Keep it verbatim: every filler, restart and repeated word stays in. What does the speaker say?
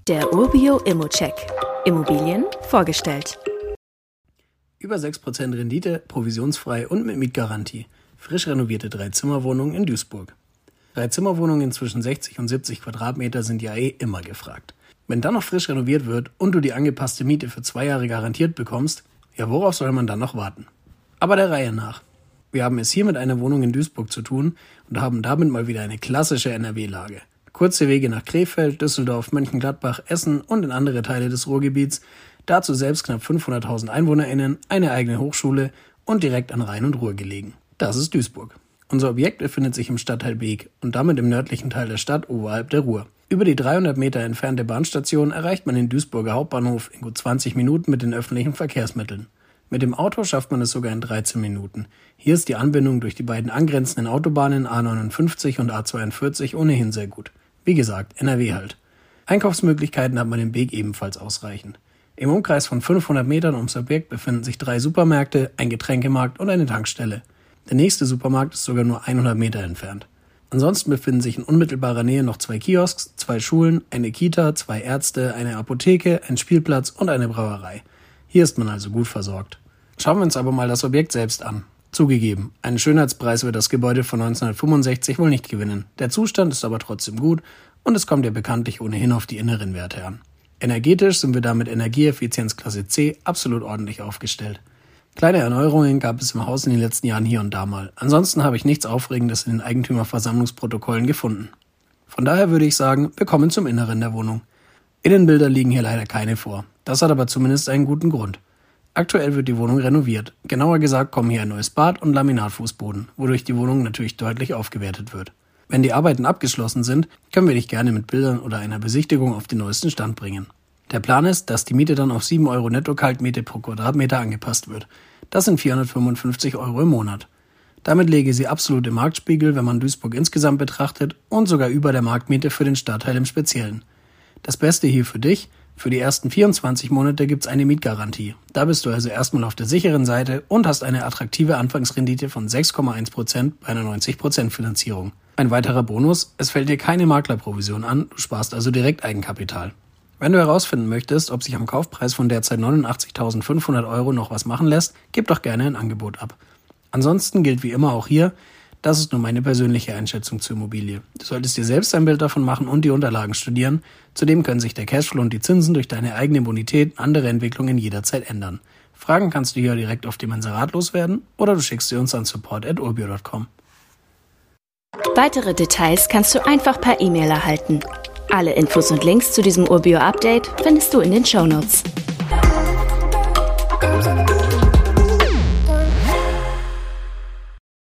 Der Urbio Immocheck. Immobilien vorgestellt. Über sechs Prozent Rendite, provisionsfrei und mit Mietgarantie. Frisch renovierte Dreizimmerwohnungen in Duisburg. Dreizimmerwohnungen zwischen sechzig und siebzig Quadratmeter sind ja eh immer gefragt. Wenn dann noch frisch renoviert wird und du die angepasste Miete für zwei Jahre garantiert bekommst, ja, worauf soll man dann noch warten? Aber der Reihe nach. Wir haben es hier mit einer Wohnung in Duisburg zu tun und haben damit mal wieder eine klassische N R W-Lage. Kurze Wege nach Krefeld, Düsseldorf, Mönchengladbach, Essen und in andere Teile des Ruhrgebiets. Dazu selbst knapp fünfhunderttausend EinwohnerInnen, eine eigene Hochschule und direkt an Rhein und Ruhr gelegen. Das ist Duisburg. Unser Objekt befindet sich im Stadtteil Beek und damit im nördlichen Teil der Stadt oberhalb der Ruhr. Über die dreihundert Meter entfernte Bahnstation erreicht man den Duisburger Hauptbahnhof in gut zwanzig Minuten mit den öffentlichen Verkehrsmitteln. Mit dem Auto schafft man es sogar in dreizehn Minuten. Hier ist die Anbindung durch die beiden angrenzenden Autobahnen A neunundfünfzig und A zweiundvierzig ohnehin sehr gut. Wie gesagt, N R W halt. Einkaufsmöglichkeiten hat man im Beek ebenfalls ausreichend. Im Umkreis von fünfhundert Metern ums Objekt befinden sich drei Supermärkte, ein Getränkemarkt und eine Tankstelle. Der nächste Supermarkt ist sogar nur hundert Meter entfernt. Ansonsten befinden sich in unmittelbarer Nähe noch zwei Kiosks, zwei Schulen, eine Kita, zwei Ärzte, eine Apotheke, ein Spielplatz und eine Brauerei. Hier ist man also gut versorgt. Schauen wir uns aber mal das Objekt selbst an. Zugegeben, einen Schönheitspreis wird das Gebäude von neunzehnhundertfünfundsechzig wohl nicht gewinnen. Der Zustand ist aber trotzdem gut und es kommt ja bekanntlich ohnehin auf die inneren Werte an. Energetisch sind wir da mit Energieeffizienz Klasse C absolut ordentlich aufgestellt. Kleine Erneuerungen gab es im Haus in den letzten Jahren hier und da mal. Ansonsten habe ich nichts Aufregendes in den Eigentümerversammlungsprotokollen gefunden. Von daher würde ich sagen, wir kommen zum Inneren der Wohnung. Innenbilder liegen hier leider keine vor. Das hat aber zumindest einen guten Grund. Aktuell wird die Wohnung renoviert. Genauer gesagt kommen hier ein neues Bad und Laminatfußboden, wodurch die Wohnung natürlich deutlich aufgewertet wird. Wenn die Arbeiten abgeschlossen sind, können wir dich gerne mit Bildern oder einer Besichtigung auf den neuesten Stand bringen. Der Plan ist, dass die Miete dann auf sieben Euro Netto-Kaltmiete pro Quadratmeter angepasst wird. Das sind vierhundertfünfundfünfzig Euro im Monat. Damit läge sie absolut im Marktspiegel, wenn man Duisburg insgesamt betrachtet, und sogar über der Marktmiete für den Stadtteil im Speziellen. Das Beste hier für dich: für die ersten vierundzwanzig Monate gibt's eine Mietgarantie. Da bist du also erstmal auf der sicheren Seite und hast eine attraktive Anfangsrendite von sechs Komma eins Prozent bei einer neunzig Prozent Finanzierung. Ein weiterer Bonus: es fällt dir keine Maklerprovision an, du sparst also direkt Eigenkapital. Wenn du herausfinden möchtest, ob sich am Kaufpreis von derzeit neunundachtzigtausendfünfhundert Euro noch was machen lässt, gib doch gerne ein Angebot ab. Ansonsten gilt wie immer auch hier: das ist nur meine persönliche Einschätzung zur Immobilie. Du solltest dir selbst ein Bild davon machen und die Unterlagen studieren. Zudem können sich der Cashflow und die Zinsen durch deine eigene Bonität und andere Entwicklungen jederzeit ändern. Fragen kannst du hier direkt auf dem Inserat loswerden oder du schickst sie uns an support at urbio punkt com. Weitere Details kannst du einfach per E-Mail erhalten. Alle Infos und Links zu diesem Urbio-Update findest du in den Shownotes.